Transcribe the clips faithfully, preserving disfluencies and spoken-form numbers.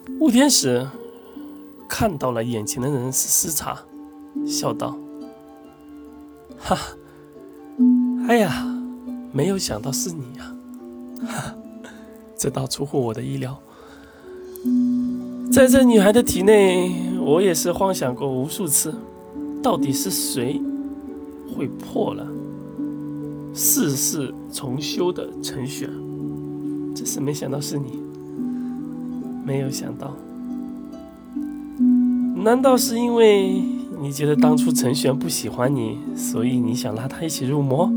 雾天使看到了眼前的人是司察，笑道：“哈，哎呀，没有想到是你呀、啊！哈，这倒出乎我的意料。在这女孩的体内，我也是幻想过无数次，到底是谁会破了世事重修的程序？只是没想到是你，没有想到。难道是因为你觉得当初陈玄不喜欢你，所以你想拉他一起入魔？”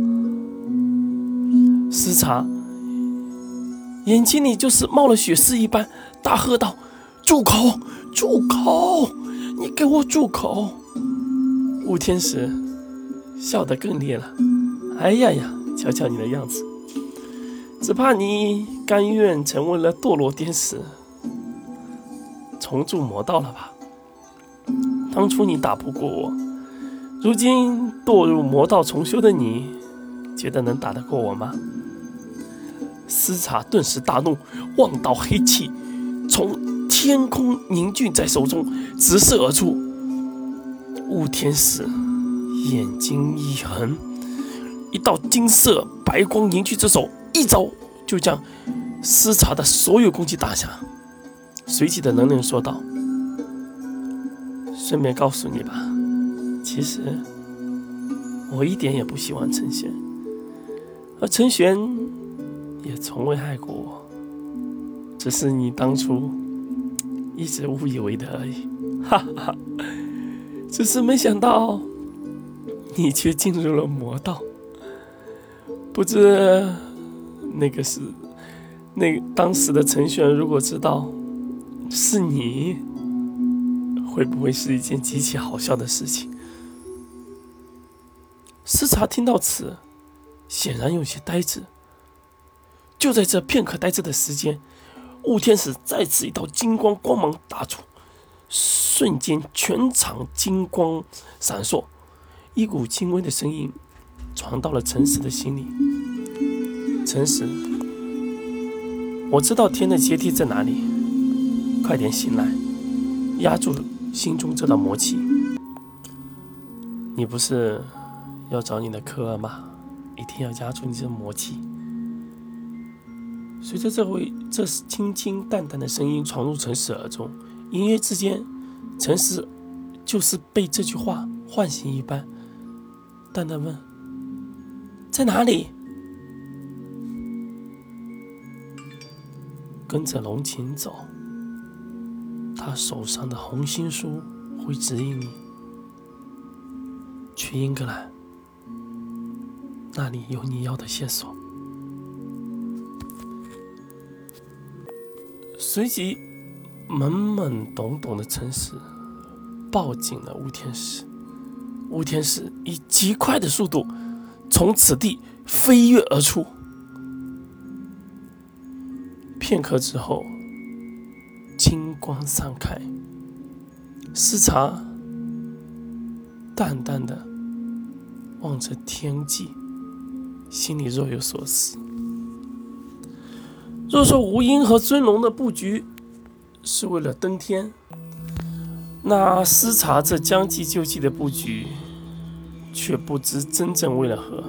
司察眼睛里就是冒了血丝一般，大喝道：“住口！住口！你给我住口！”雾天使笑得更烈了：“哎呀呀，瞧瞧你的样子，只怕你甘愿成为了堕落天使，重铸魔道了吧？当初你打不过我，如今堕入魔道重修的你，觉得能打得过我吗？”司察顿时大怒，望道黑气从天空凝聚在手中，直射而出。雾天使眼睛一横，一道金色白光凝聚之手，一招就将司察的所有攻击打下。随即的冷冷说道：“顺便告诉你吧，其实我一点也不喜欢陈玄，而陈玄也从未害过我，只是你当初一直误以为的而已。哈哈，只是没想到你却进入了魔道。不知那个是那个当时的陈玄，如果知道是你，会不会是一件极其好笑的事情？”司察听到此，显然有些呆滞。就在这片刻呆滞的时间，雾天使再次一道金光光芒打出，瞬间全场金光闪烁，一股轻微的声音传到了陈实的心里：“陈实，我知道天的阶梯在哪里，快点醒来，压住心中这道魔气。你不是要找你的科儿吗？一定要压住你这魔气。”随着这位这清清淡淡的声音传入陈实耳中，隐约之间，陈实就是被这句话唤醒一般，淡淡问：“在哪里？”“跟着龙琴走，他手上的红心书会指引你去英格兰，那里有你要的线索。”随即懵懵懂懂的陈实抱紧了雾天使，雾天使以极快的速度从此地飞跃而出。片刻之后，金光散开，司察淡淡的望着天际，心里若有所思。若说吴英和尊龙的布局是为了登天，那司察这将计就计的布局却不知真正为了何。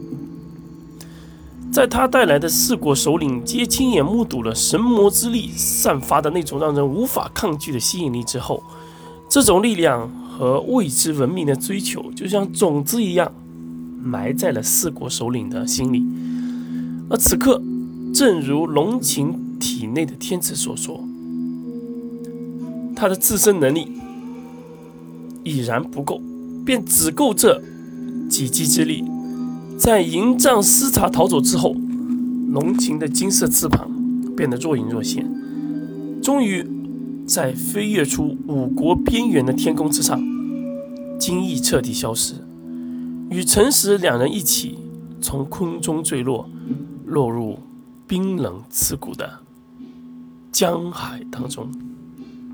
在他带来的四国首领皆亲眼目睹了神魔之力散发的那种让人无法抗拒的吸引力之后，这种力量和未知文明的追求就像种子一样埋在了四国首领的心里。而此刻正如龙琴体内的天子所说，他的自身能力已然不够，便只够这几击之力。在迎战司察逃走之后，龙琴的金色翅膀变得若隐若现，终于在飞跃出五国边缘的天空之上，金翼彻底消失，与陈实两人一起从空中坠落，落入冰冷刺骨的江海当中。